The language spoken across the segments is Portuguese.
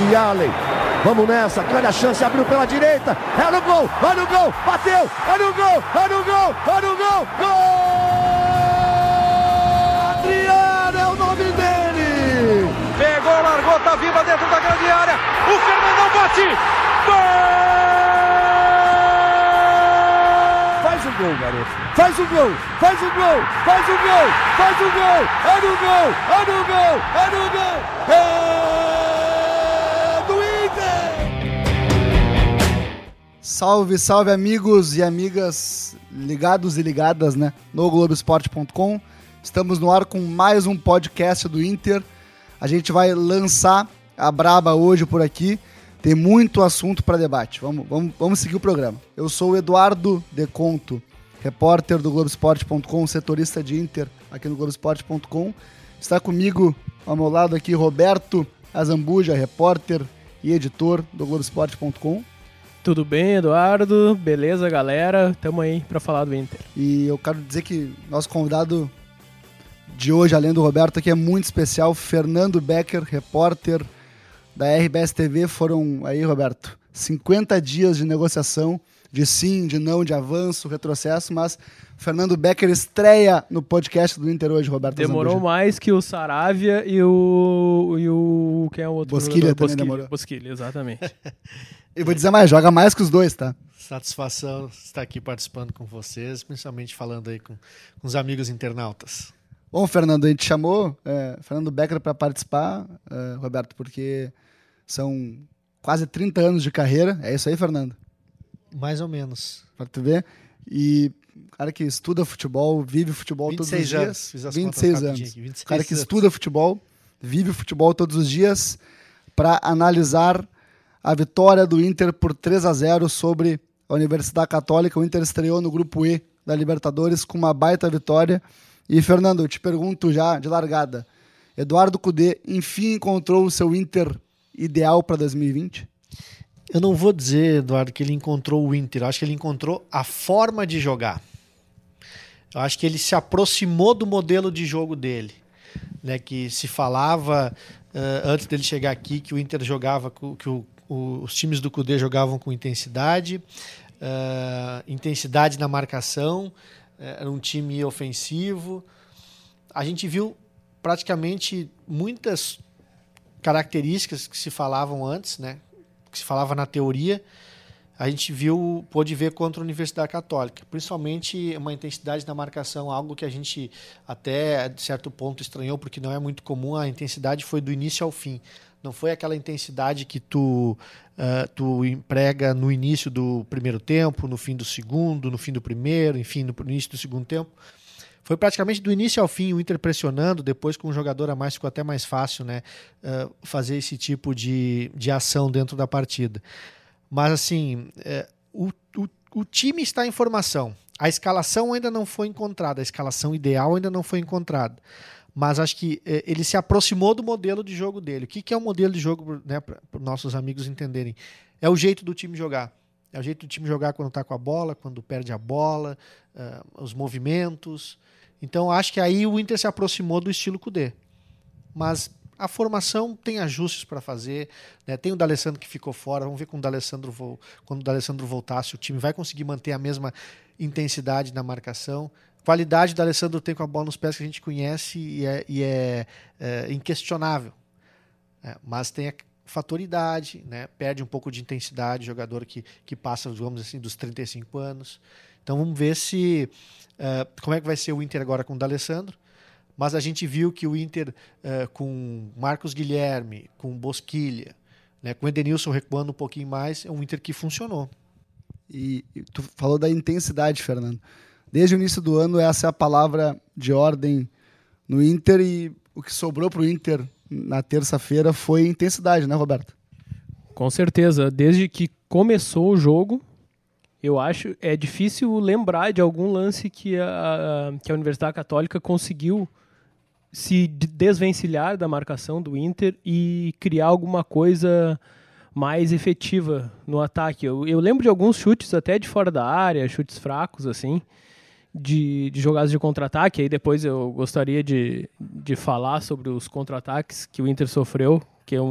de Allen. Vamos nessa, grande a chance, abriu pela direita, é no gol, bateu, é no gol, gol! Adriano é o nome dele! Pegou, largou, tá viva dentro da grande área, o Fernandão bate, gol! Faz o gol, garoto, faz o gol, é no gol! Salve, salve amigos e amigas ligados e ligadas, né, no Globoesporte.com. Estamos no ar com mais um podcast do Inter. A gente vai lançar a braba hoje por aqui. Tem muito assunto para debate. Vamos seguir o programa. Eu sou o Eduardo Deconto, repórter do Globoesporte.com, setorista de Inter aqui no Globoesporte.com. Está comigo, ao meu lado aqui, Roberto Azambuja, repórter e editor do Globoesporte.com. Tudo bem, Eduardo? Beleza, galera? Tamo aí pra falar do Inter. E eu quero dizer que nosso convidado de hoje, além do Roberto, aqui é muito especial, Fernando Becker, repórter da RBS TV. Foram aí, Roberto, 50 dias de negociação, de sim, de não, de avanço, retrocesso, mas Fernando Becker estreia no podcast do Inter hoje, Roberto. Demorou Zambuja. mais que o Saravia e o... Quem é o outro? Bosquilha também demorou. Bosquilha, exatamente. E vou dizer mais, joga mais que os dois, tá? Satisfação estar aqui participando com vocês, principalmente falando aí com os amigos internautas. Bom, Fernando, a gente chamou Fernando Becker para participar, Roberto, porque são quase 30 anos de carreira. É isso aí, Fernando? Mais ou menos. Para tu ver. E cara que estuda futebol, vive futebol todos os dias. Fiz as 26 contas anos. aqui, 26 Cara que anos. estuda futebol, vive futebol todos os dias, para analisar a vitória do Inter por 3-0 sobre a Universidade Católica. O Inter estreou no Grupo E da Libertadores com uma baita vitória. E, Fernando, eu te pergunto já de largada, Eduardo Cudê, enfim, encontrou o seu Inter ideal para 2020? Eu não vou dizer, Eduardo, que ele encontrou o Inter. Eu acho que ele encontrou a forma de jogar. Eu acho que ele se aproximou do modelo de jogo dele, né? Que se falava antes dele chegar aqui que o Inter jogava, que os times do Cudê jogavam com intensidade, intensidade na marcação, era um time ofensivo. A gente viu praticamente muitas características que se falavam antes, né? Que se falava na teoria, a gente pôde ver contra a Universidade Católica, principalmente uma intensidade na marcação, algo que a gente até de certo ponto estranhou, porque não é muito comum. A intensidade foi do início ao fim. Não foi aquela intensidade que tu emprega no início do primeiro tempo, no fim do segundo, no fim do primeiro, enfim, no início do segundo tempo. Foi praticamente do início ao fim, o Inter pressionando, depois com um jogador a mais ficou até mais fácil, né, fazer esse tipo de ação dentro da partida. Mas assim, o time está em formação. A escalação ainda não foi encontrada, a escalação ideal ainda não foi encontrada. Mas acho que ele se aproximou do modelo de jogo dele. O que é o modelo de jogo, né, para os nossos amigos entenderem? É o jeito do time jogar. É o jeito do time jogar quando está com a bola, quando perde a bola, os movimentos. Então acho que aí o Inter se aproximou do estilo Cudê. Mas a formação tem ajustes para fazer, né? Tem o D'Alessandro que ficou fora. Vamos ver quando o D'Alessandro voltar, se o time vai conseguir manter a mesma intensidade na marcação. Qualidade do Alessandro tem com a bola nos pés que a gente conhece e é inquestionável. Mas tem a fator idade, né? Perde um pouco de intensidade, jogador que passa, digamos assim, dos 35 anos. Então vamos ver como é que vai ser o Inter agora com o D'Alessandro. Mas a gente viu que o Inter com Marcos Guilherme, com Bosquilha, né, com o Edenilson recuando um pouquinho mais, é um Inter que funcionou. E tu falou da intensidade, Fernando. Desde o início do ano, essa é a palavra de ordem no Inter, e o que sobrou para o Inter na terça-feira foi intensidade, né, Roberto? Com certeza. Desde que começou o jogo, eu acho difícil lembrar de algum lance que a Universidade Católica conseguiu se desvencilhar da marcação do Inter e criar alguma coisa mais efetiva no ataque. Eu lembro de alguns chutes até de fora da área, chutes fracos, assim, de jogadas de contra-ataque. Aí depois eu gostaria de falar sobre os contra-ataques que o Inter sofreu, que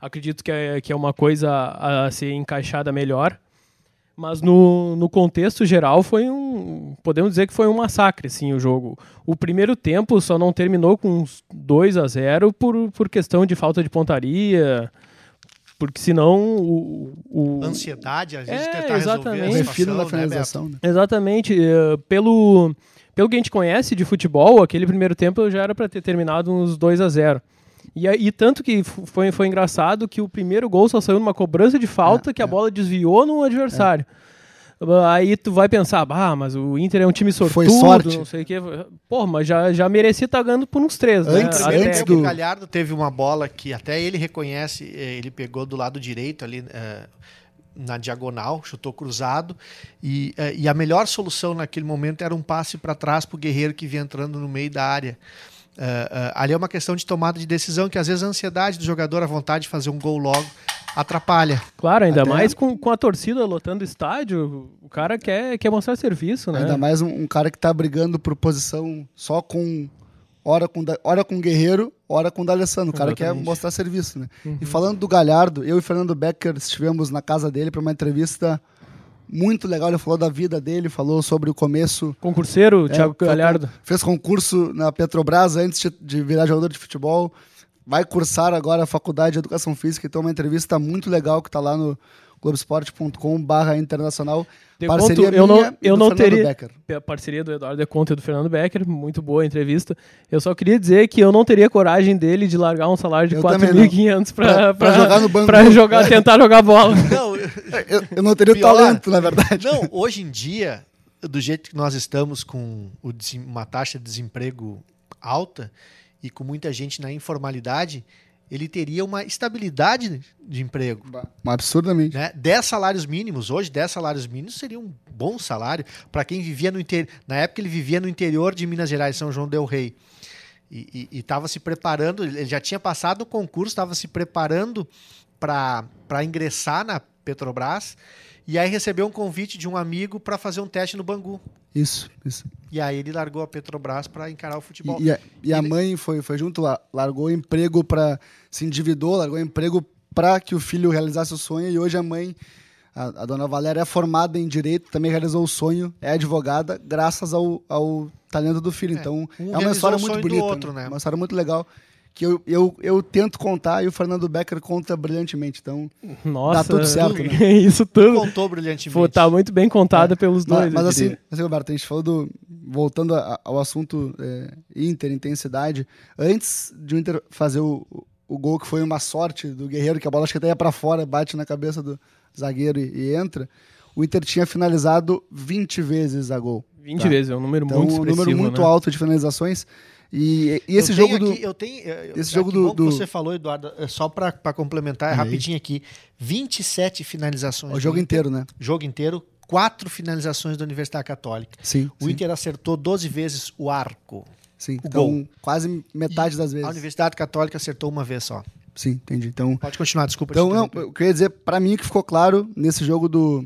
acredito que é uma coisa a ser encaixada melhor. Mas no contexto geral podemos dizer que foi um massacre, assim, o jogo. O primeiro tempo só não terminou com uns 2-0 por questão de falta de pontaria, porque senão Ansiedade, às vezes, tentar exatamente. resolver a Refino da situação, finalização, né? Exatamente. Pelo que a gente conhece de futebol, aquele primeiro tempo já era para ter terminado uns 2-0. E tanto que foi engraçado que o primeiro gol só saiu numa cobrança de falta que a bola desviou no adversário. Aí tu vai pensar, mas o Inter é um time sortudo, Foi sorte. não sei o quê. Pô, mas já merecia estar ganhando por uns 3, né? Antes O Galhardo teve uma bola que até ele reconhece, ele pegou do lado direito ali, na diagonal, chutou cruzado, e a melhor solução naquele momento era um passe para trás para o Guerreiro que vinha entrando no meio da área. Ali é uma questão de tomada de decisão, que às vezes a ansiedade do jogador, a vontade de fazer um gol logo, atrapalha. Claro, ainda mais com a torcida lotando o estádio, o cara quer mostrar serviço, né? Ainda mais um cara que tá brigando por posição só com... Hora com o Guerreiro, hora com o D'Alessandro. O cara quer mostrar serviço, né? E falando do Galhardo, eu e Fernando Becker estivemos na casa dele para uma entrevista muito legal. Ele falou da vida dele, falou sobre o começo. Concurseiro, Thiago Galhardo. Fez concurso na Petrobras antes de virar jogador de futebol. Vai cursar agora a Faculdade de Educação Física. Então, uma entrevista muito legal que está lá no globesport.com/internacional. Parceria minha e do Fernando Becker. Parceria do Eduardo Deconto e do Fernando Becker. Muito boa a entrevista. Eu só queria dizer que eu não teria coragem dele de largar um salário de 4.500 para jogar no banco. Para tentar jogar bola. Não, eu não teria o talento, na verdade. Não, hoje em dia, do jeito que nós estamos com uma taxa de desemprego alta e com muita gente na informalidade, ele teria uma estabilidade de emprego. Absurdamente. Né? 10 salários mínimos. Hoje, 10 salários mínimos seria um bom salário para quem vivia no interior. Na época, ele vivia no interior de Minas Gerais, São João del Rei. E estava se preparando, ele já tinha passado o concurso, estava se preparando para ingressar na Petrobras. E aí recebeu um convite de um amigo para fazer um teste no Bangu. Isso. E aí ele largou a Petrobras para encarar o futebol. E a mãe foi junto lá, largou emprego para... Se endividou, largou emprego para que o filho realizasse o sonho. E hoje a mãe, a dona Valéria, é formada em Direito, também realizou o sonho, é advogada, graças ao talento do filho. Então, é uma história muito bonita. Outro, né? Uma história muito legal. Que eu tento contar e o Fernando Becker conta brilhantemente. Então, nossa, dá tudo certo. Né? Isso tudo. Contou brilhantemente. Tá muito bem contada pelos dois. Mas assim, Roberto, a gente falou voltando ao assunto Inter, intensidade. Antes de o Inter fazer o gol, que foi uma sorte do Guerreiro, que a bola acho que até ia pra fora, bate na cabeça do zagueiro e entra, o Inter tinha finalizado 20 vezes a gol. 20 vezes, é um número muito expressivo. Um número muito alto de finalizações. E esse jogo do... Esse jogo do... que você falou, Eduardo, só para complementar, rapidinho aqui. 27 finalizações. O jogo inteiro, né? Jogo inteiro, 4 finalizações da Universidade Católica. Sim. O Inter acertou 12 vezes o arco. Sim, gol. Quase metade das vezes. A Universidade Católica acertou uma vez só. Sim, entendi. Então, pode continuar, desculpa. Então, não, eu queria dizer, para mim, que ficou claro nesse jogo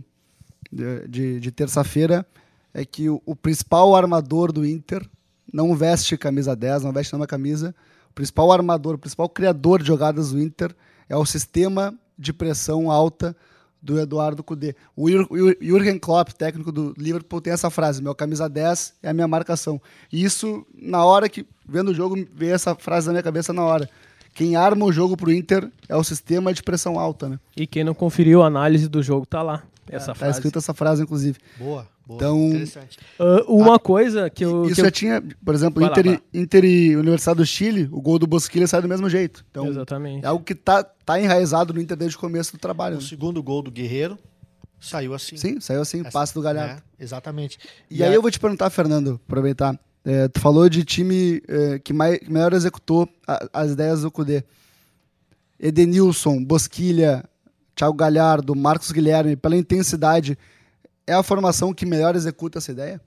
de terça-feira é que o principal armador do Inter não veste camisa 10, não veste nenhuma camisa. O principal armador, o principal criador de jogadas do Inter é o sistema de pressão alta do Eduardo Cudê. O Jürgen Klopp, técnico do Liverpool, tem essa frase: meu camisa 10 é a minha marcação. E isso, na hora que, vendo o jogo, veio essa frase na minha cabeça na hora. Quem arma o jogo pro Inter é o sistema de pressão alta, né? E quem não conferiu a análise do jogo tá lá. Essa frase. Tá escrita essa frase, inclusive. Boa. Então, interessante. Uma coisa que eu... Isso já tinha, por exemplo, Inter e Universidade do Chile, o gol do Bosquilha sai do mesmo jeito. Então, exatamente. É algo que tá enraizado no Inter desde o começo do trabalho. O segundo gol do Guerreiro saiu assim. Sim, saiu assim, passe do Galhardo. Exatamente. E aí eu vou te perguntar, Fernando, aproveitar. Tu falou de time que melhor executou as ideias do Cudê. Edenilson, Bosquilha, Thiago Galhardo, Marcos Guilherme, pela intensidade, é a formação que melhor executa essa ideia?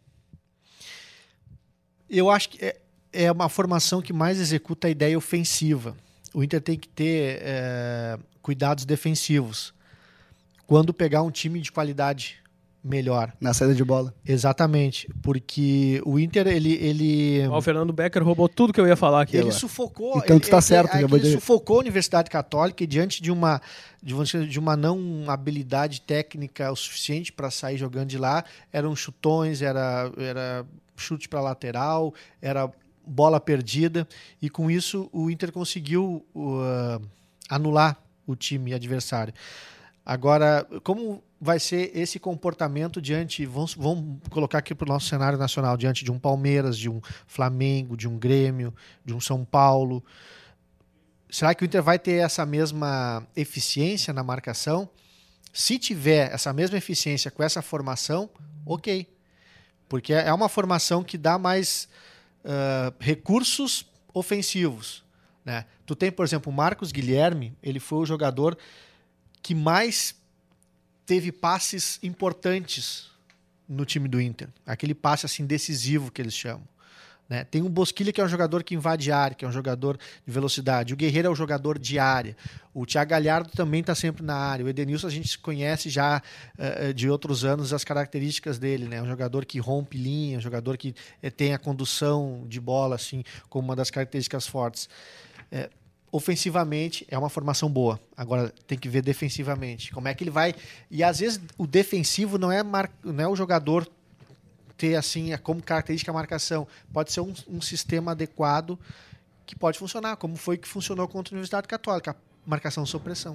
Eu acho que é uma formação que mais executa a ideia ofensiva. O Inter tem que ter cuidados defensivos. Quando pegar um time de qualidade melhor. Na saída de bola. Exatamente, porque o Inter, ele O Fernando Becker roubou tudo que eu ia falar aqui ele agora. sufocou, Então tu tá certo, ele sufocou a Universidade Católica e diante de uma não habilidade técnica o suficiente para sair jogando de lá, eram chutões, era chute para lateral, era bola perdida, e com isso o Inter conseguiu anular o time adversário. Agora, como vai ser esse comportamento diante, vamos colocar aqui para o nosso cenário nacional, diante de um Palmeiras, de um Flamengo, de um Grêmio, de um São Paulo? Será que o Inter vai ter essa mesma eficiência na marcação? Se tiver essa mesma eficiência com essa formação, ok. Porque é uma formação que dá mais recursos ofensivos, né? Tu tem, por exemplo, o Marcos Guilherme, ele foi o jogador que mais teve passes importantes no time do Inter. Aquele passe assim decisivo que eles chamam, né? Tem o Bosquilha, que é um jogador que invade área, que é um jogador de velocidade. O Guerreiro é um jogador de área. O Thiago Galhardo também está sempre na área. O Edenilson a gente conhece já de outros anos as características dele, né? É um jogador que rompe linha, um jogador que tem a condução de bola assim, como uma das características fortes. Ofensivamente é uma formação boa. Agora tem que ver defensivamente. Como é que ele vai... E às vezes o defensivo não é o jogador ter assim como característica a marcação. Pode ser um sistema adequado que pode funcionar, como foi que funcionou contra a Universidade Católica. Marcação sob pressão.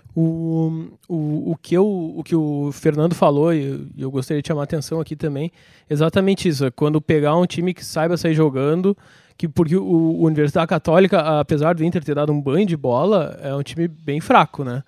O que o Fernando falou, e eu gostaria de chamar a atenção aqui também, exatamente isso. Quando pegar um time que saiba sair jogando... Porque o Universidade Católica, apesar do Inter ter dado um banho de bola, é um time bem fraco, né?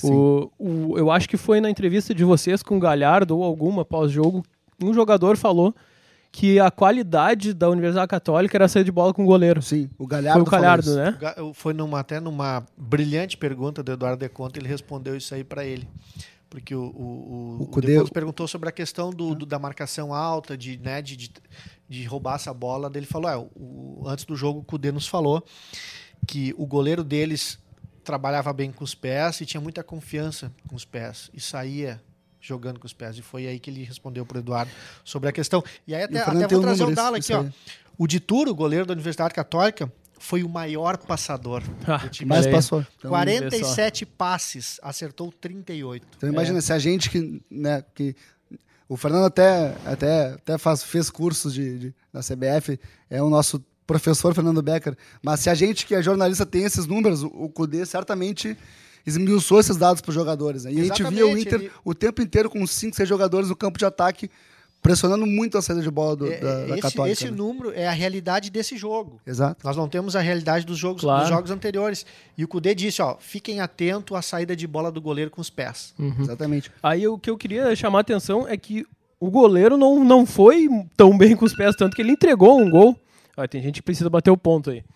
Eu acho que foi na entrevista de vocês com o Galhardo ou alguma pós-jogo, um jogador falou que a qualidade da Universidade Católica era sair de bola com o goleiro. Sim, o Galhardo, foi o Galhardo, né? Foi até numa brilhante pergunta do Eduardo Deconto, ele respondeu isso aí para ele. Porque o Deconto perguntou sobre a questão da marcação alta, de roubar essa bola. Ele falou, antes do jogo o Kudê nos falou que o goleiro deles trabalhava bem com os pés e tinha muita confiança com os pés e saía jogando com os pés. E foi aí que ele respondeu para o Eduardo sobre a questão. E aí até vou trazer o dado aqui. Ó. O Dituro, o goleiro da Universidade Católica, foi o maior passador do time. Mais passou. Então, 47 passes, acertou 38. Então imagina, se a gente que o Fernando até fez cursos da CBF, é o nosso professor Fernando Becker, mas se a gente que é jornalista tem esses números, o Kudê certamente esmiuçou esses dados para os jogadores. Né? E exatamente, a gente via o Inter o tempo inteiro com 5, 6 jogadores no campo de ataque, pressionando muito a saída de bola da Católica. Esse número é a realidade desse jogo. Exato. Nós não temos a realidade dos jogos anteriores. E o Kudê disse, fiquem atentos à saída de bola do goleiro com os pés. Uhum. Exatamente. Aí o que eu queria chamar a atenção é que o goleiro não foi tão bem com os pés, tanto que ele entregou um gol. Tem gente que precisa bater o ponto aí.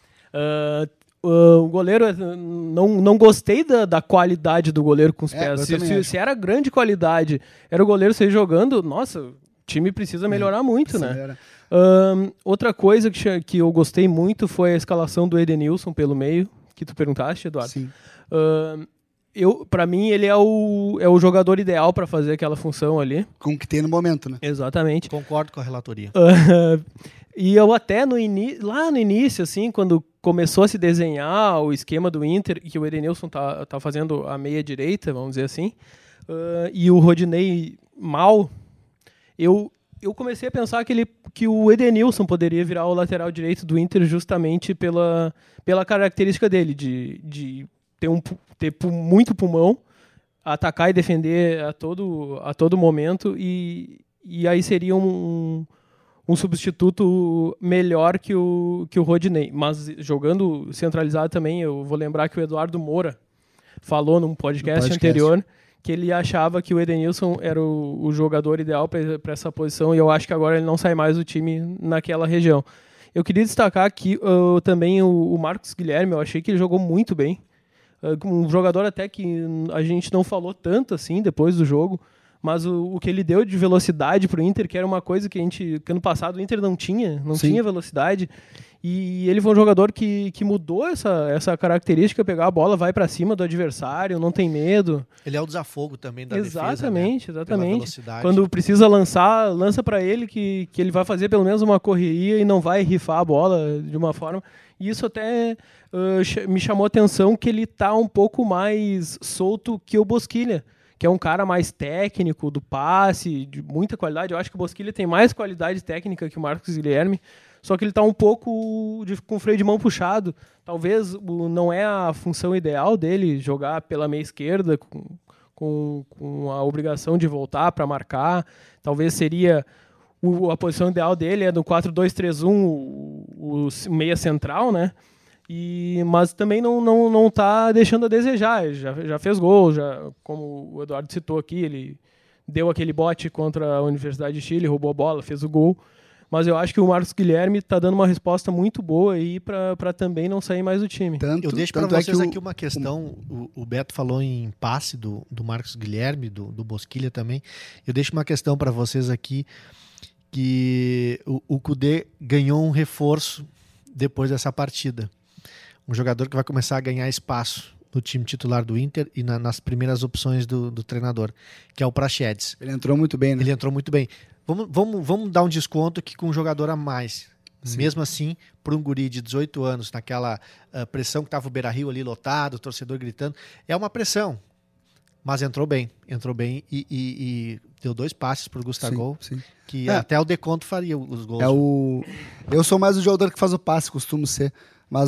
O goleiro, não gostei da qualidade do goleiro com os pés. Se era grande qualidade, era o goleiro sair jogando, nossa... O time precisa melhorar muito, né? Outra coisa que eu gostei muito foi a escalação do Edenilson pelo meio, que tu perguntaste, Eduardo. Sim. Para mim, ele é o jogador ideal para fazer aquela função ali. Com o que tem no momento, né? Exatamente. Concordo com a relatoria. E eu até lá no início, assim, quando começou a se desenhar o esquema do Inter, que o Edenilson tá fazendo a meia direita, vamos dizer assim, e o Rodinei mal... Eu comecei a pensar que o Edenilson poderia virar o lateral direito do Inter justamente pela característica dele, de ter muito pulmão, atacar e defender a todo momento, e aí seria um substituto melhor que o Rodinei. Mas jogando centralizado também, eu vou lembrar que o Eduardo Moura falou num podcast anterior que ele achava que o Edenilson era o jogador ideal para essa posição, e eu acho que agora ele não sai mais do time naquela região. Eu queria destacar aqui também o Marcos Guilherme, eu achei que ele jogou muito bem. Um jogador até que a gente não falou tanto assim depois do jogo, mas o que ele deu de velocidade para o Inter, que era uma coisa que ano passado o Inter não tinha velocidade, E ele foi um jogador que mudou essa característica, pegar a bola, vai para cima do adversário, não tem medo. Ele é o desafogo também da Exatamente, defesa, né? exatamente. Quando precisa lançar, lança para ele que ele vai fazer pelo menos uma correria e não vai rifar a bola de uma forma. E isso até me chamou a atenção que ele tá um pouco mais solto que o Bosquilha, que é um cara mais técnico, do passe, de muita qualidade. Eu acho que o Bosquilha tem mais qualidade técnica que o Marcos Guilherme, só que ele está um pouco com o freio de mão puxado. Talvez não é a função ideal dele jogar pela meia esquerda, com a obrigação de voltar para marcar. Talvez seria a posição ideal dele é no 4-2-3-1, o meia central, né? Mas também não tá deixando a desejar. Já fez gol, como o Eduardo citou aqui, ele deu aquele bote contra a Universidade de Chile, roubou a bola, fez o gol. Mas eu acho que o Marcos Guilherme está dando uma resposta muito boa aí para também não sair mais do time. Eu deixo para vocês aqui uma questão. O Beto falou em passe do Marcos Guilherme, do Bosquilha também. Eu deixo uma questão para vocês aqui, que o Kudê ganhou um reforço depois dessa partida. Um jogador que vai começar a ganhar espaço no time titular do Inter e nas primeiras opções do treinador, que é o Praxedes. Ele entrou muito bem, né? Ele entrou muito bem. Vamos dar um desconto aqui com um jogador a mais. Sim. Mesmo assim, para um guri de 18 anos, naquela pressão que estava o Beira-Rio ali lotado, o torcedor gritando, é uma pressão. Mas entrou bem e deu 2 passes para o Gustavo, que até o Deconto faria os gols. Eu sou mais o jogador que faz o passe, costumo ser, mas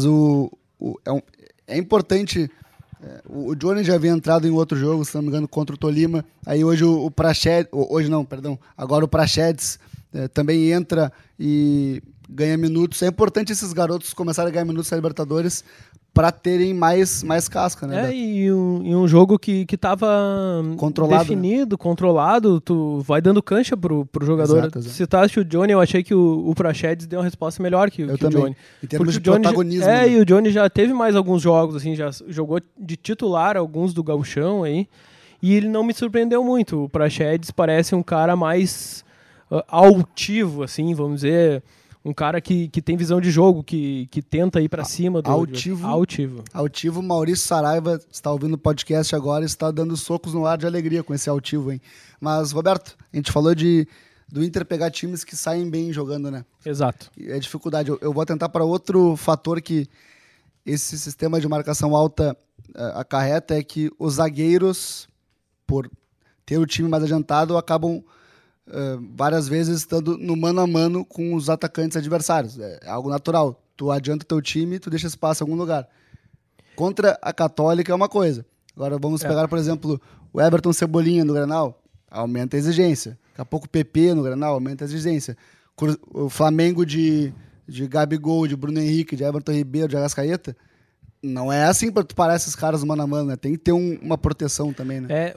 é importante. O Johnny já havia entrado em outro jogo, se não me engano, contra o Tolima. Aí hoje o Praxedes, agora o Praxedes também entra e ganha minutos. É importante esses garotos começarem a ganhar minutos na Libertadores para terem mais casca, né? E um jogo que estava definido, né? Controlado, tu vai dando cancha pro jogador. Exato. Citaste o Johnny, eu achei que o Praxedes deu uma resposta melhor que o Johnny. Em termos de protagonismo. Né? E o Johnny já teve mais alguns jogos, assim, já jogou de titular alguns do Gauchão aí, e ele não me surpreendeu muito. O Praxedes parece um cara mais altivo, assim, vamos dizer. Um cara que tem visão de jogo, que tenta ir para cima do altivo. Maurício Saraiva está ouvindo o podcast agora e está dando socos no ar de alegria com esse altivo, hein? Mas, Roberto, a gente falou do Inter pegar times que saem bem jogando, né? Exato. É dificuldade. Eu vou tentar para outro fator que esse sistema de marcação alta acarreta, é que os zagueiros, por ter o time mais adiantado, acabam várias vezes estando no mano a mano com os atacantes adversários. É algo natural. Tu adianta teu time, tu deixa espaço em algum lugar. Contra a Católica é uma coisa. Agora vamos pegar, por exemplo, o Everton Cebolinha no Grenal, aumenta a exigência. Daqui a pouco o PP no Grenal, aumenta a exigência. O Flamengo de Gabigol, de Bruno Henrique, de Everton Ribeiro, de Arrascaeta, não é assim para tu parar esses caras mano a mano, né? Tem que ter uma proteção também, né?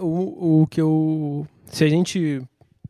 Se a gente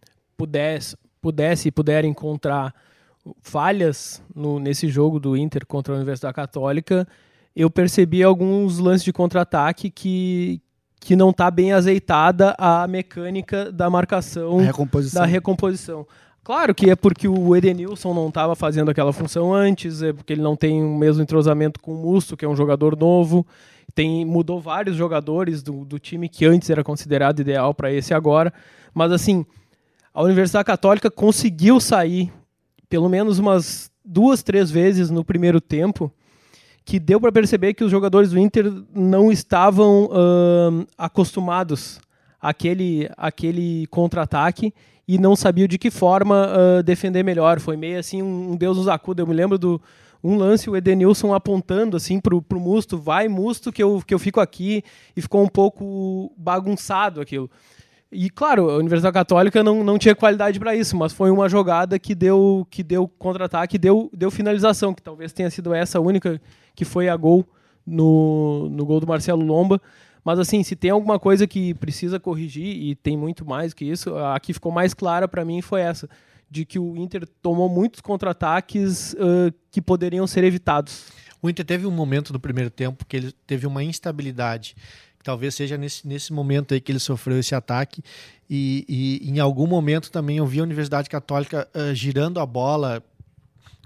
puder encontrar falhas nesse jogo do Inter contra a Universidade Católica, eu percebi alguns lances de contra-ataque que não está bem azeitada a mecânica da marcação, da recomposição. Claro que é porque o Edenilson não estava fazendo aquela função antes, é porque ele não tem o mesmo entrosamento com o Musto, que é um jogador novo, mudou vários jogadores do time que antes era considerado ideal para esse agora, mas assim, a Universidade Católica conseguiu sair pelo menos umas 2, 3 vezes no primeiro tempo, que deu para perceber que os jogadores do Inter não estavam acostumados àquele contra-ataque e não sabiam de que forma defender melhor. Foi meio assim um Deus nos acuda. Eu me lembro de um lance, o Edenilson apontando assim pro Musto, vai Musto que eu fico aqui, e ficou um pouco bagunçado aquilo. E, claro, a Universidade Católica não tinha qualidade para isso, mas foi uma jogada que deu contra-ataque, deu finalização, que talvez tenha sido essa única que foi a gol no gol do Marcelo Lomba. Mas, assim, se tem alguma coisa que precisa corrigir, e tem muito mais que isso, a que ficou mais clara para mim foi essa, de que o Inter tomou muitos contra-ataques que poderiam ser evitados. O Inter teve um momento no primeiro tempo que ele teve uma instabilidade, talvez seja nesse momento aí que ele sofreu esse ataque, e em algum momento também eu vi a Universidade Católica girando a bola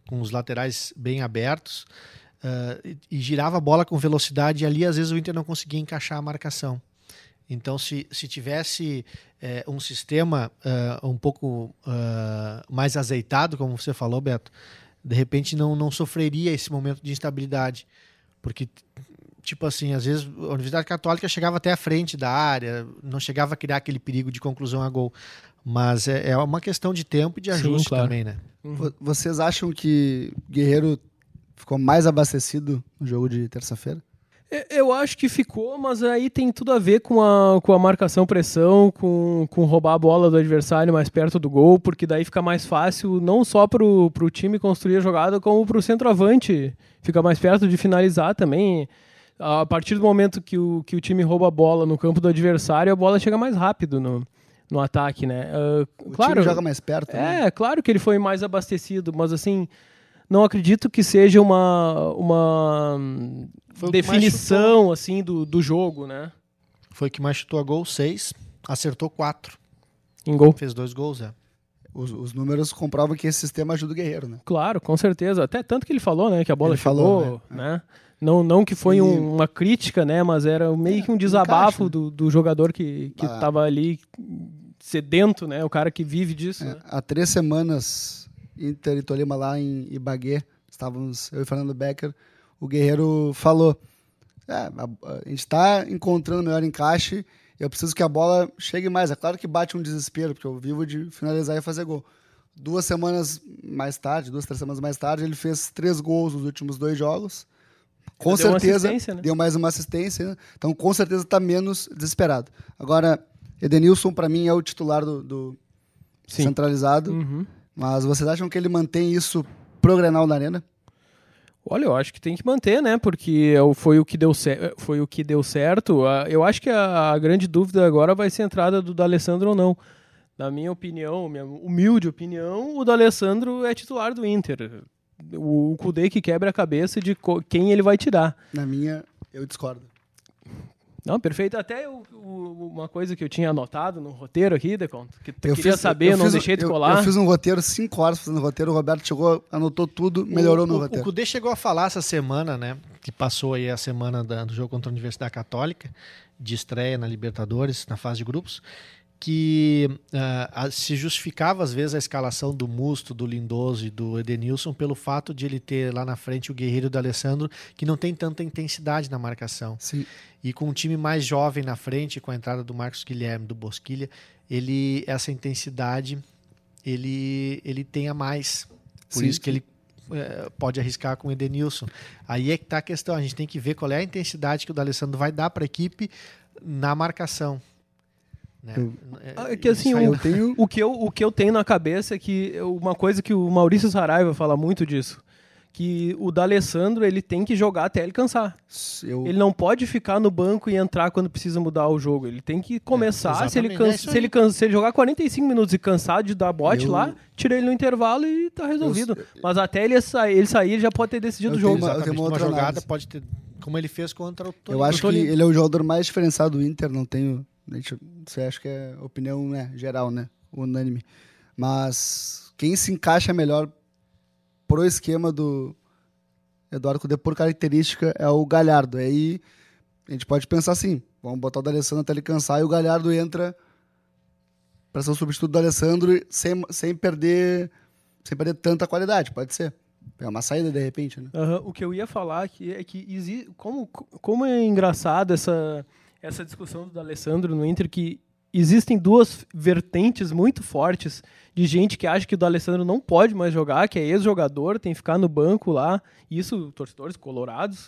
com os laterais bem abertos, e girava a bola com velocidade, e ali às vezes o Inter não conseguia encaixar a marcação. Então, se tivesse um sistema um pouco mais azeitado, como você falou, Beto, de repente não sofreria esse momento de instabilidade. Porque, tipo assim, às vezes a Universidade Católica chegava até a frente da área, não chegava a criar aquele perigo de conclusão a gol. Mas é uma questão de tempo e de ajuste. Sim, claro. Também, né? Vocês acham que Guerreiro ficou mais abastecido no jogo de terça-feira? Eu acho que ficou, mas aí tem tudo a ver com a marcação-pressão, com roubar a bola do adversário mais perto do gol, porque daí fica mais fácil não só pro time construir a jogada, como pro centroavante. Fica mais perto de finalizar também. A partir do momento que o time rouba a bola no campo do adversário, a bola chega mais rápido no ataque, né? Time joga mais perto. Né? Claro que ele foi mais abastecido, mas assim, não acredito que seja uma definição assim do jogo, né? Foi o que mais chutou a gol, 6, acertou 4. Em gol. Fez 2 gols, Os números comprovam que esse sistema ajuda o Guerreiro, né? Claro, com certeza. Até tanto que ele falou, né? Que a bola chegou, né? Não que foi uma crítica, né? Mas era meio que um desabafo do jogador que estava ali sedento, né? O cara que vive disso. Né? Há 3 semanas, Inter e Tolima lá em Ibagué, estávamos eu e Fernando Becker, o Guerreiro falou, a gente está encontrando o melhor encaixe, eu preciso que a bola chegue mais. É claro que bate um desespero, porque eu vivo de finalizar e fazer gol. 2 semanas mais tarde, 2, 3 semanas mais tarde, ele fez 3 gols nos últimos 2 jogos. Com certeza, né? Deu mais uma assistência, né? Então com certeza está menos desesperado. Agora, Edenilson para mim é o titular do centralizado, mas vocês acham que ele mantém isso pro Grenal da Arena? Olha, eu acho que tem que manter, né? Porque foi o que deu certo. Eu acho que a grande dúvida agora vai ser a entrada do D'Alessandro ou não. Na minha opinião, minha humilde opinião, o D'Alessandro é titular do Inter. O Kudê que quebra a cabeça de quem ele vai tirar. Na minha, eu discordo. Não, perfeito. Até uma coisa que eu tinha anotado no roteiro aqui, Deconto, que eu queria saber, não deixei de colar. Eu fiz um roteiro, 5 horas fazendo roteiro, o Roberto chegou, anotou tudo, melhorou no roteiro. O Kudê chegou a falar essa semana, né, que passou aí a semana do jogo contra a Universidade Católica, de estreia na Libertadores, na fase de grupos, que se justificava às vezes a escalação do Musto, do Lindoso e do Edenilson pelo fato de ele ter lá na frente o Guerreiro e o D'Alessandro, que não tem tanta intensidade na marcação. Sim. E com um time mais jovem na frente, com a entrada do Marcos Guilherme, do Bosquilha, essa intensidade ele tem a mais. Por isso que ele pode arriscar com o Edenilson. Aí é que está a questão, a gente tem que ver qual é a intensidade que o D'Alessandro vai dar para a equipe na marcação. Né? Que assim, o que eu tenho na cabeça é que uma coisa que o Maurício Saraiva fala muito disso, que o D'Alessandro ele tem que jogar até ele cansar. Ele não pode ficar no banco e entrar quando precisa mudar o jogo. Ele tem que começar. Se ele jogar 45 minutos e cansar de dar bote lá, tira ele no intervalo e tá resolvido. Mas até ele sair, ele já pode ter decidido o jogo. Uma jogada pode ter, como ele fez contra o Tolima. Eu acho que ele é o jogador mais diferenciado do Inter, não tenho... Você acha que é opinião, né, geral, né? Unânime. Mas quem se encaixa melhor pro esquema do Eduardo Cudê por característica é o Galhardo. Aí a gente pode pensar assim, vamos botar o D'Alessandro até ele cansar e o Galhardo entra para ser o substituto do D'Alessandro sem perder tanta qualidade, pode ser. É uma saída de repente, né? O que eu ia falar aqui é que existe, como é engraçado essa discussão do D'Alessandro no Inter, que existem 2 vertentes muito fortes de gente que acha que o D'Alessandro não pode mais jogar, que é ex-jogador, tem que ficar no banco lá, isso, torcedores colorados,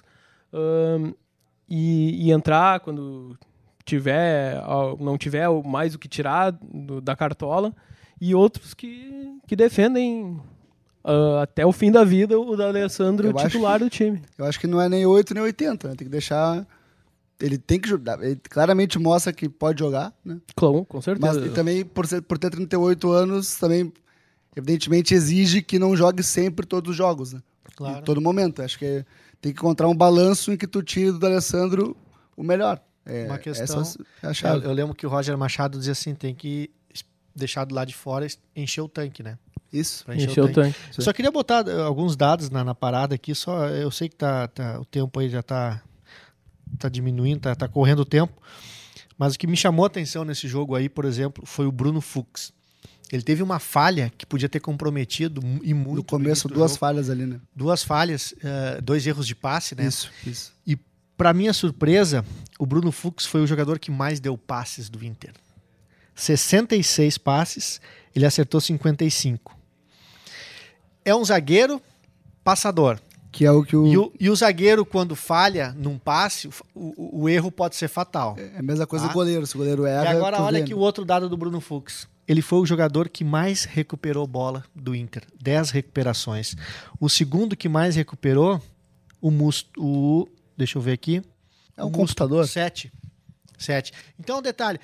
e entrar quando não tiver mais o que tirar da cartola, e outros que defendem até o fim da vida o D'Alessandro titular do time. Eu acho que não é nem 8 nem 80, né? Tem que deixar... Ele tem que jogar, ele claramente mostra que pode jogar, né? Com certeza. Mas também, por ter 38 anos, também, evidentemente, exige que não jogue sempre todos os jogos, né? Claro. Em todo momento. Acho que tem que encontrar um balanço em que tu tire do D'Alessandro o melhor. Uma questão... É a chave. Eu lembro que o Roger Machado dizia assim, tem que deixar do lado de fora encher o tanque, né? Isso. Pra Encheu o tanque. Só queria botar alguns dados na parada aqui, só eu sei que o tempo aí já tá diminuindo, tá correndo o tempo, mas o que me chamou a atenção nesse jogo aí, por exemplo, foi o Bruno Fux. Ele teve uma falha que podia ter comprometido e muito. No começo, duas falhas ali, né? 2 falhas, 2 erros de passe, né? Isso. E para minha surpresa, o Bruno Fux foi o jogador que mais deu passes do Inter. 66 passes, ele acertou 55. É um zagueiro passador. Que é o que E o zagueiro, quando falha num passe, o erro pode ser fatal. É a mesma coisa do goleiro. Se o goleiro erra... E agora olha aqui o outro dado do Bruno Fux. Ele foi o jogador que mais recuperou bola do Inter. 10 recuperações. O segundo que mais recuperou, deixa eu ver aqui. É um computador. 7. Então, detalhe,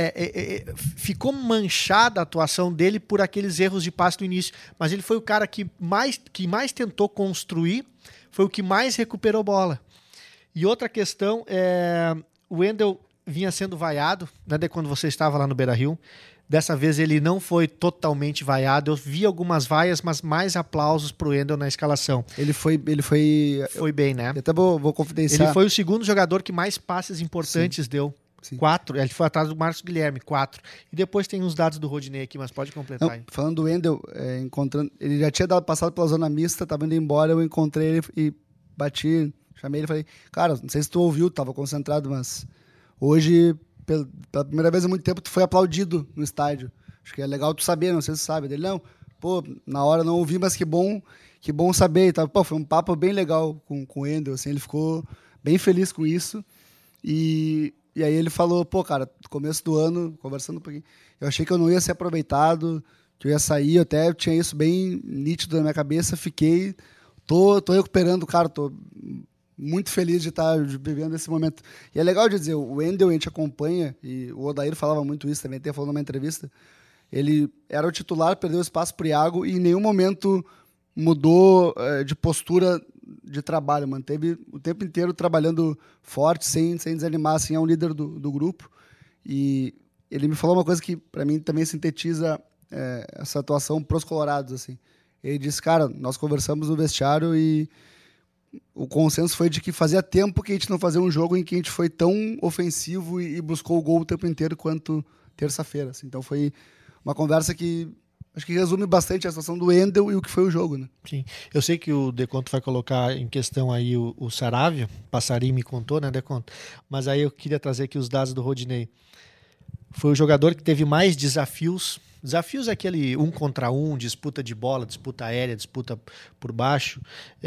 ficou manchada a atuação dele por aqueles erros de passe no início, mas ele foi o cara que mais tentou construir, foi o que mais recuperou bola. E outra questão, o Wendel vinha sendo vaiado, né, de quando você estava lá no Beira-Rio. Dessa vez ele não foi totalmente vaiado. Eu vi algumas vaias, mas mais aplausos pro Wendel na escalação. Ele foi bem, né? Eu até vou confidenciar. Ele foi o segundo jogador que mais passes importantes deu. Sim. 4. Ele foi atrás do Marcos Guilherme, 4. E depois tem uns dados do Rodinei aqui, mas pode completar aí. Falando do Wendel, ele já tinha passado pela zona mista, tava indo embora, eu encontrei ele e bati, chamei ele e falei, cara, não sei se tu ouviu, tava concentrado, mas hoje, pela primeira vez há muito tempo, tu foi aplaudido no estádio. Acho que é legal tu saber, não sei se tu sabe. Ele, não, pô, na hora não ouvi, mas que bom saber. Tá? Pô, foi um papo bem legal com o Wendel, assim, ele ficou bem feliz com isso. E aí ele falou, pô, cara, no começo do ano, conversando um pouquinho, eu achei que eu não ia ser aproveitado, que eu ia sair, eu até tinha isso bem nítido na minha cabeça, tô recuperando, cara, tô muito feliz de estar vivendo esse momento. E é legal de dizer, o Wendel a gente acompanha, e o Odair falava muito isso também, até falou numa entrevista, ele era o titular, perdeu espaço pro Iago e em nenhum momento mudou de postura de trabalho, manteve o tempo inteiro trabalhando forte, sem desanimar, assim, é um líder do grupo. E ele me falou uma coisa que para mim também sintetiza essa atuação pros colorados, assim. Ele disse, cara, nós conversamos no vestiário e o consenso foi de que fazia tempo que a gente não fazia um jogo em que a gente foi tão ofensivo e buscou o gol o tempo inteiro quanto terça-feira, assim. Então foi uma conversa que acho que resume bastante a situação do Wendel e o que foi o jogo, né? Sim. Eu sei que o Deconto vai colocar em questão aí o Saravia, Passarinho me contou, né, Deconto? Mas aí eu queria trazer aqui os dados do Rodinei. Foi o jogador que teve mais desafios. Desafios é aquele 1 contra 1, disputa de bola, disputa aérea, disputa por baixo.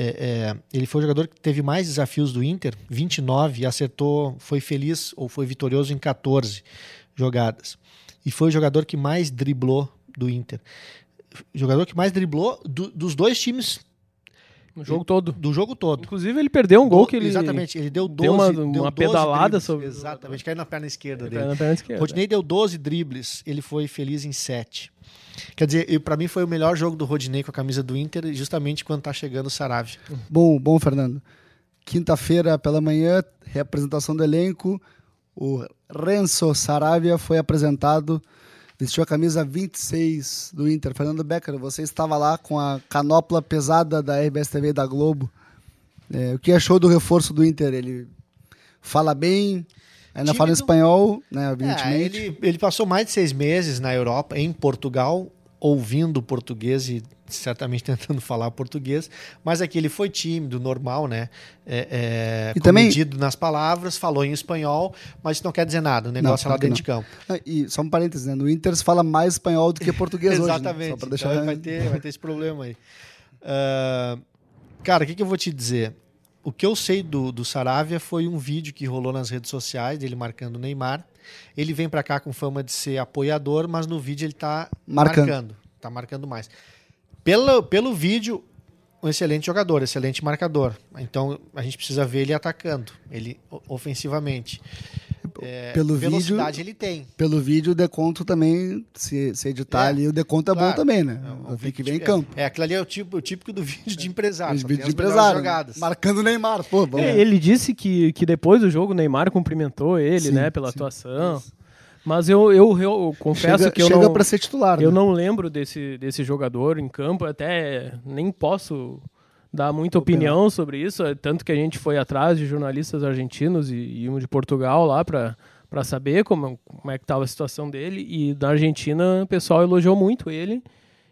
Ele foi o jogador que teve mais desafios do Inter, 29, e acertou, foi feliz ou foi vitorioso em 14 jogadas. E foi o jogador que mais driblou do Inter. O jogador que mais driblou dos dois times. No jogo todo. Do jogo todo. Inclusive ele perdeu um gol que ele... Exatamente, ele deu 12. Deu uma deu 12 pedalada dribles, sobre... Exatamente, caiu na perna esquerda dele. Caiu na perna esquerda. Rodinei deu 12 dribles, ele foi feliz em 7. Quer dizer, para mim foi o melhor jogo do Rodinei com a camisa do Inter, justamente quando tá chegando o Saravia. Bom, Fernando. Quinta-feira pela manhã, reapresentação do elenco. O Renzo Saravia foi apresentado, vestiu a camisa 26 do Inter. Fernando Becker, você estava lá com a canopla pesada da RBS TV e da Globo. O que achou do reforço do Inter? Ele fala bem, ainda fala espanhol, né, evidentemente. Ele passou mais de 6 meses na Europa, em Portugal, ouvindo português e certamente tentando falar português, mas aqui ele foi tímido, normal, né? E também comedido nas palavras, falou em espanhol, mas isso não quer dizer nada, o negócio é lá dentro de campo. E só um parênteses, né? No Inter se fala mais espanhol do que português hoje. Exatamente, né? Só pra deixar... então vai ter esse problema aí. Cara, o que eu vou te dizer? O que eu sei do Saravia foi um vídeo que rolou nas redes sociais, dele marcando o Neymar. Ele vem pra cá com fama de ser apoiador, mas no vídeo ele tá marcando. Tá marcando mais. Pelo vídeo, um excelente jogador, excelente marcador. Então, a gente precisa ver ele atacando, ele ofensivamente. Pelo velocidade vídeo, ele tem. Pelo vídeo, o Deconto também, se editar ali, o Deconto é bom também, né? Tem que ver em campo. Aquilo ali é o típico do vídeo de empresário. Vídeo de empresário, jogadas. Marcando o Neymar. Pô, ele disse que depois do jogo o Neymar cumprimentou ele, né, pela atuação. Mas eu confesso que eu chega não... para ser titular. Eu né? não lembro desse jogador em campo, até nem posso dar muita opinião sobre isso, tanto que a gente foi atrás de jornalistas argentinos e um de Portugal lá para saber como é que estava a situação dele, e da Argentina o pessoal elogiou muito ele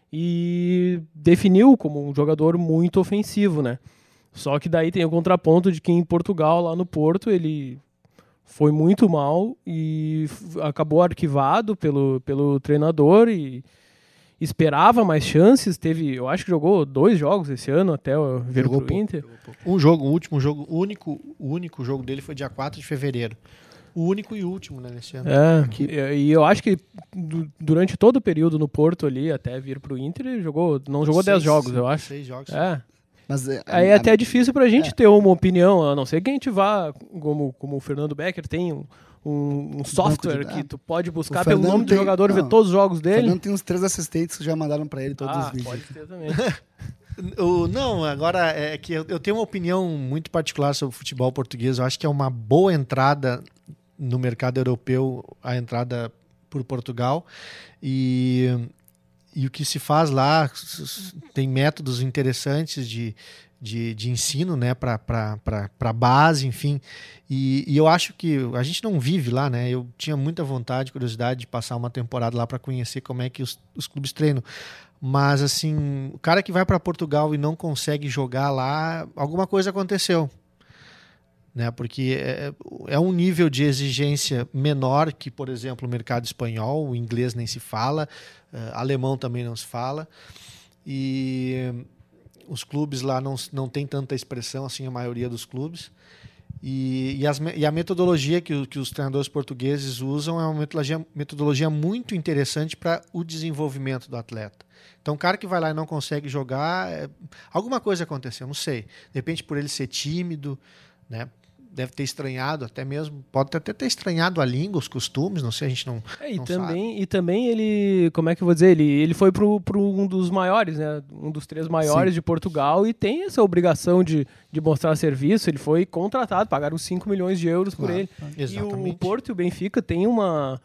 e definiu como um jogador muito ofensivo, né? Só que daí tem o contraponto de que em Portugal, lá no Porto, ele foi muito mal e acabou arquivado pelo treinador e esperava mais chances. Eu acho que jogou 2 jogos esse ano até vir pro Inter. O último jogo, o único jogo dele foi dia 4 de fevereiro. O único e último, né, nesse ano. E eu acho que durante todo o período no Porto ali, até vir pro Inter, ele não jogou 10 jogos, eu acho. 6 jogos. Mas aí é até difícil pra gente ter uma opinião, a não ser que a gente vá, como o Fernando Becker tem um software que tu pode buscar pelo nome do jogador e ver todos os jogos dele. O Fernando tem uns 3 assistentes que já mandaram pra ele todos os vídeos. Pode ter também. Não, agora é que eu tenho uma opinião muito particular sobre o futebol português. Eu acho que é uma boa entrada no mercado europeu, a entrada por Portugal. E o que se faz lá tem métodos interessantes de ensino, né, para base, enfim. E eu acho que a gente não vive lá, né? Eu tinha muita vontade, curiosidade de passar uma temporada lá para conhecer como é que os clubes treinam. Mas, assim, o cara que vai para Portugal e não consegue jogar lá, alguma coisa aconteceu. Né? Porque é um nível de exigência menor que, por exemplo, o mercado espanhol, o inglês nem se fala, alemão também não se fala. E os clubes lá não tem tanta expressão, assim, a maioria dos clubes. E a metodologia que os treinadores portugueses usam é uma metodologia muito interessante para o desenvolvimento do atleta. Então, o cara que vai lá e não consegue jogar, alguma coisa aconteceu, não sei. De repente, por ele ser tímido, né? Deve ter estranhado até mesmo, pode até ter estranhado a língua, os costumes, não sei, a gente não sabe. E também ele, como é que eu vou dizer, ele foi para um dos maiores, né, um dos 3 maiores de Portugal e tem essa obrigação de mostrar serviço. Ele foi contratado, pagaram 5 milhões de euros por ele. Exatamente. E o Porto e o Benfica têm uma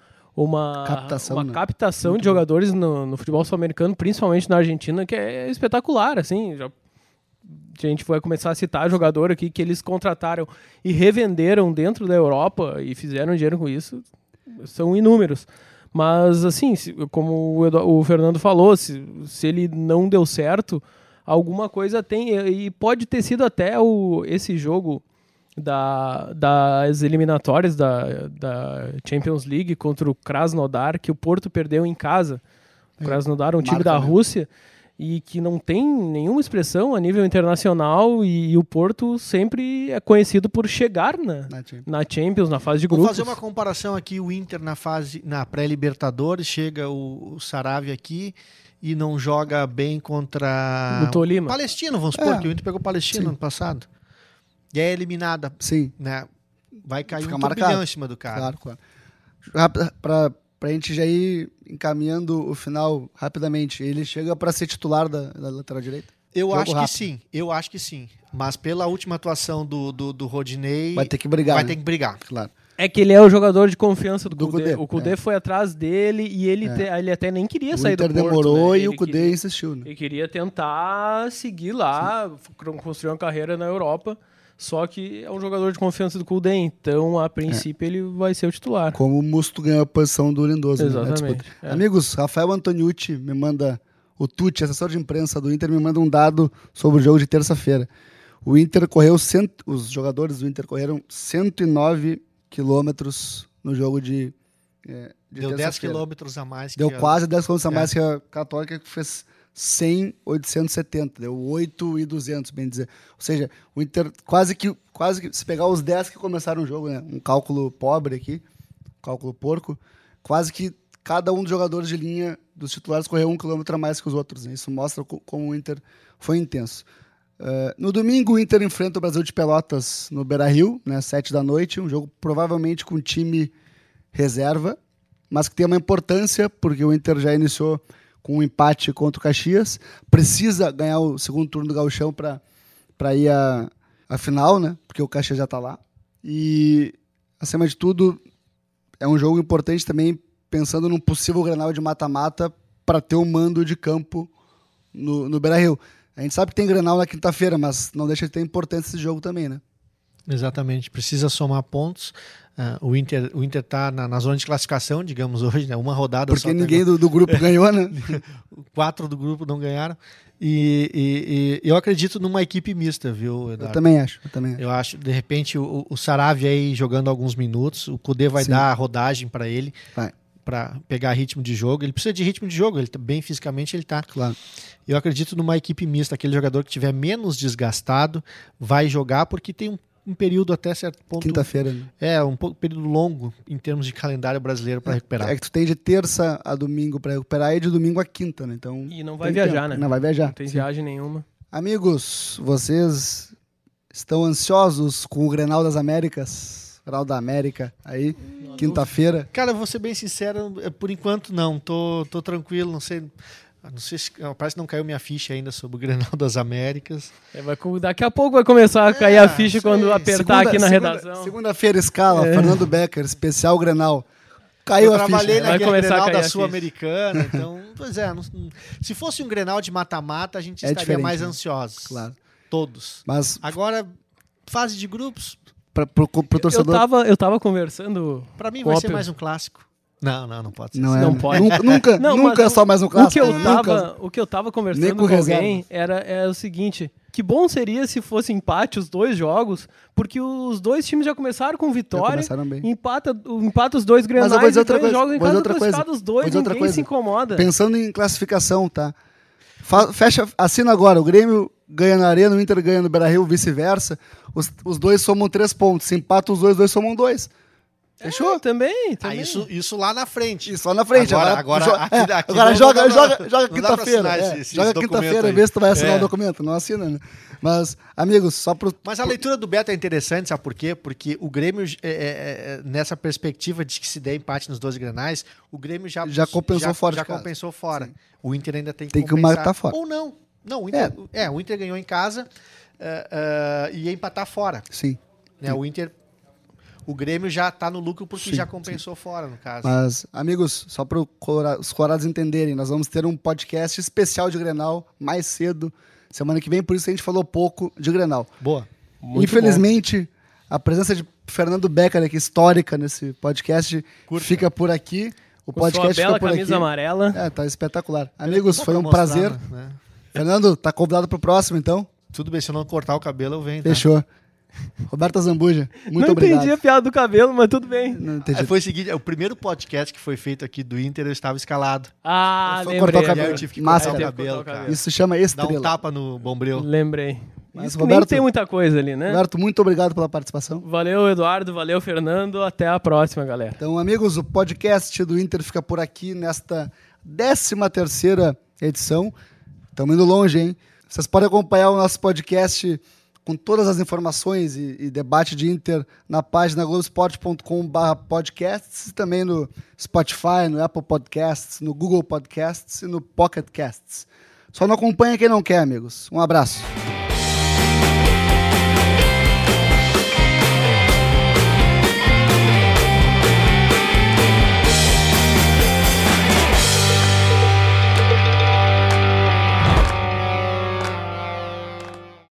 captação Muito de jogadores no futebol sul-americano, principalmente na Argentina, que é espetacular, assim. A gente vai começar a citar jogador aqui que eles contrataram e revenderam dentro da Europa e fizeram dinheiro com isso, são inúmeros. Mas, assim, como o Fernando falou, se ele não deu certo, alguma coisa tem, e pode ter sido até esse jogo das eliminatórias da Champions League contra o Krasnodar, que o Porto perdeu em casa. O Krasnodar é um time da Rússia e que não tem nenhuma expressão a nível internacional, e o Porto sempre é conhecido por chegar na Champions, na fase de grupos. Vou fazer uma comparação aqui, o Inter na pré-Libertadores, chega o Saravia aqui e não joga bem contra o Tolima. Palestino, vamos supor, que o Inter pegou o Palestino no ano passado. E é eliminada. Sim. Né? Vai cair Fica um marcado. turbilhão em cima do cara. Claro. Pra gente já ir encaminhando o final rapidamente, ele chega para ser titular da lateral direita? Eu acho que sim. Mas pela última atuação do Rodinei... Vai ter que brigar. Claro. É que ele é o jogador de confiança do Kudê. Kudê. O Kudê foi atrás dele e ele até nem queria sair do Porto. O Inter demorou, né? E ele o Kudê insistiu. Né? Ele queria tentar seguir lá, construir uma carreira na Europa. Só que é um jogador de confiança do Kudê, então a princípio ele vai ser o titular. Como o Musto ganhou a posição do Lindoso. Exatamente. Né? Amigos, Rafael Antoniucci me manda, o Tucci, assessor de imprensa do Inter, me manda um dado sobre o jogo de terça-feira. O Inter correu, os jogadores do Inter correram 109 quilômetros no jogo de Deu 10 quilômetros a mais. Deu quase 10 quilômetros a mais que a Católica, que fez 100,870, deu 8,200, bem dizer. Ou seja, o Inter quase que se pegar os 10 que começaram o jogo, né, um cálculo pobre aqui, cálculo porco, quase que cada um dos jogadores de linha dos titulares correu 1 quilômetro a mais que os outros. Né? Isso mostra como o Inter foi intenso. No domingo, o Inter enfrenta o Brasil de Pelotas no Beira-Rio, né, 7 da noite, um jogo provavelmente com time reserva, mas que tem uma importância, porque o Inter já iniciou com um empate contra o Caxias, precisa ganhar o segundo turno do Gauchão para ir à final, né? Porque o Caxias já está lá. E, acima de tudo, é um jogo importante também, pensando num possível Grenal de mata-mata, para ter um mando de campo no Beira-Rio. A gente sabe que tem Grenal na quinta-feira, mas não deixa de ter importância esse jogo também, né? Exatamente, precisa somar pontos. O Inter está na zona de classificação, digamos, hoje, né? Uma rodada porque só. Porque ninguém do grupo ganhou, né? 4 do grupo não ganharam. E eu acredito numa equipe mista, viu, Eduardo? Eu também acho. Eu acho, de repente, o Saravia aí jogando alguns minutos, o Kudê vai dar rodagem para ele, para pegar ritmo de jogo. Ele precisa de ritmo de jogo, ele tá bem fisicamente, ele tá. Claro. Eu acredito numa equipe mista, aquele jogador que tiver menos desgastado vai jogar, porque tem um período até certo ponto. Quinta-feira, né? Um período longo em termos de calendário brasileiro para recuperar. É que tu tem de terça a domingo para recuperar e de domingo a quinta, né? Então, e não vai viajar, tempo, né? Não vai viajar. Não tem viagem nenhuma. Amigos, vocês estão ansiosos com o Grenal das Américas? Grenal da América aí, quinta-feira? Cara, eu vou ser bem sincero, por enquanto não. Tô tranquilo, não sei se parece que não caiu minha ficha ainda sobre o Grenal das Américas. Daqui a pouco vai começar a cair a ficha quando apertar aqui na redação. Segunda-feira, escala, Fernando Becker, especial Grenal. Caiu a ficha. Eu trabalhei naquele Grenal da ficha. Sul-Americana, então, pois é, se fosse um Grenal de mata-mata, a gente estaria mais ansiosos. Claro. Todos. Mas agora, fase de grupos... Pro torcedor... Eu tava conversando... Pra mim vai ser mais um clássico. Não pode ser. Não pode. Nunca é só mais um clássico. O que eu tava conversando com alguém era o seguinte: que bom seria se fosse empate os dois jogos, porque os dois times já começaram com vitória, empata os dois Grenais e três jogos em casa classificados os dois, ninguém se incomoda. Pensando em classificação, tá? Assina agora, o Grêmio ganha na Arena, o Inter ganha no Beira-Rio, vice-versa, os dois somam 3 pontos, se empata os dois somam 2. Fechou? Também. Isso lá na frente. Isso lá na frente. Agora joga quinta-feira. Joga quinta-feira, vê se tu vai assinar o documento. Não assina, né? Mas, amigos, Mas a leitura do Beto é interessante, sabe por quê? Porque o Grêmio, nessa perspectiva de que se der empate nos 12 Grenais, o Grêmio já compensou fora. Já compensou fora. O Inter ainda tem que compensar. Matar fora. Ou não. Não, o Inter ganhou em casa e ia empatar fora. Sim. O Grêmio já está no lucro porque já compensou fora, no caso. Mas, amigos, só para os colorados entenderem, nós vamos ter um podcast especial de Grenal mais cedo, semana que vem, por isso a gente falou pouco de Grenal. Boa. Infelizmente, a presença de Fernando Becker aqui, histórica nesse podcast, fica por aqui. O podcast fica por aqui. Camisa amarela. Tá espetacular. Amigos, foi um prazer. Né? Fernando, tá convidado pro próximo, então? Tudo bem, se eu não cortar o cabelo, eu venho. Tá? Fechou. Roberto Zambuja, muito obrigado. Não entendi a piada do cabelo, mas tudo bem. Foi o seguinte, o primeiro podcast que foi feito aqui do Inter, eu estava escalado. Lembrei. Cortar o cabelo. Eu tive que cortar o cabelo, cara. Isso chama estrela. Dá um tapa no bombril. Lembrei. Mas, isso Roberto, nem tem muita coisa ali, né? Roberto, muito obrigado pela participação. Valeu, Eduardo. Valeu, Fernando. Até a próxima, galera. Então, amigos, o podcast do Inter fica por aqui nesta 13ª edição. Estamos indo longe, hein? Vocês podem acompanhar o nosso podcast com todas as informações e debate de Inter na página globesport.com/podcasts e também no Spotify, no Apple Podcasts, no Google Podcasts e no Pocket Casts. Só não acompanha quem não quer, amigos. Um abraço.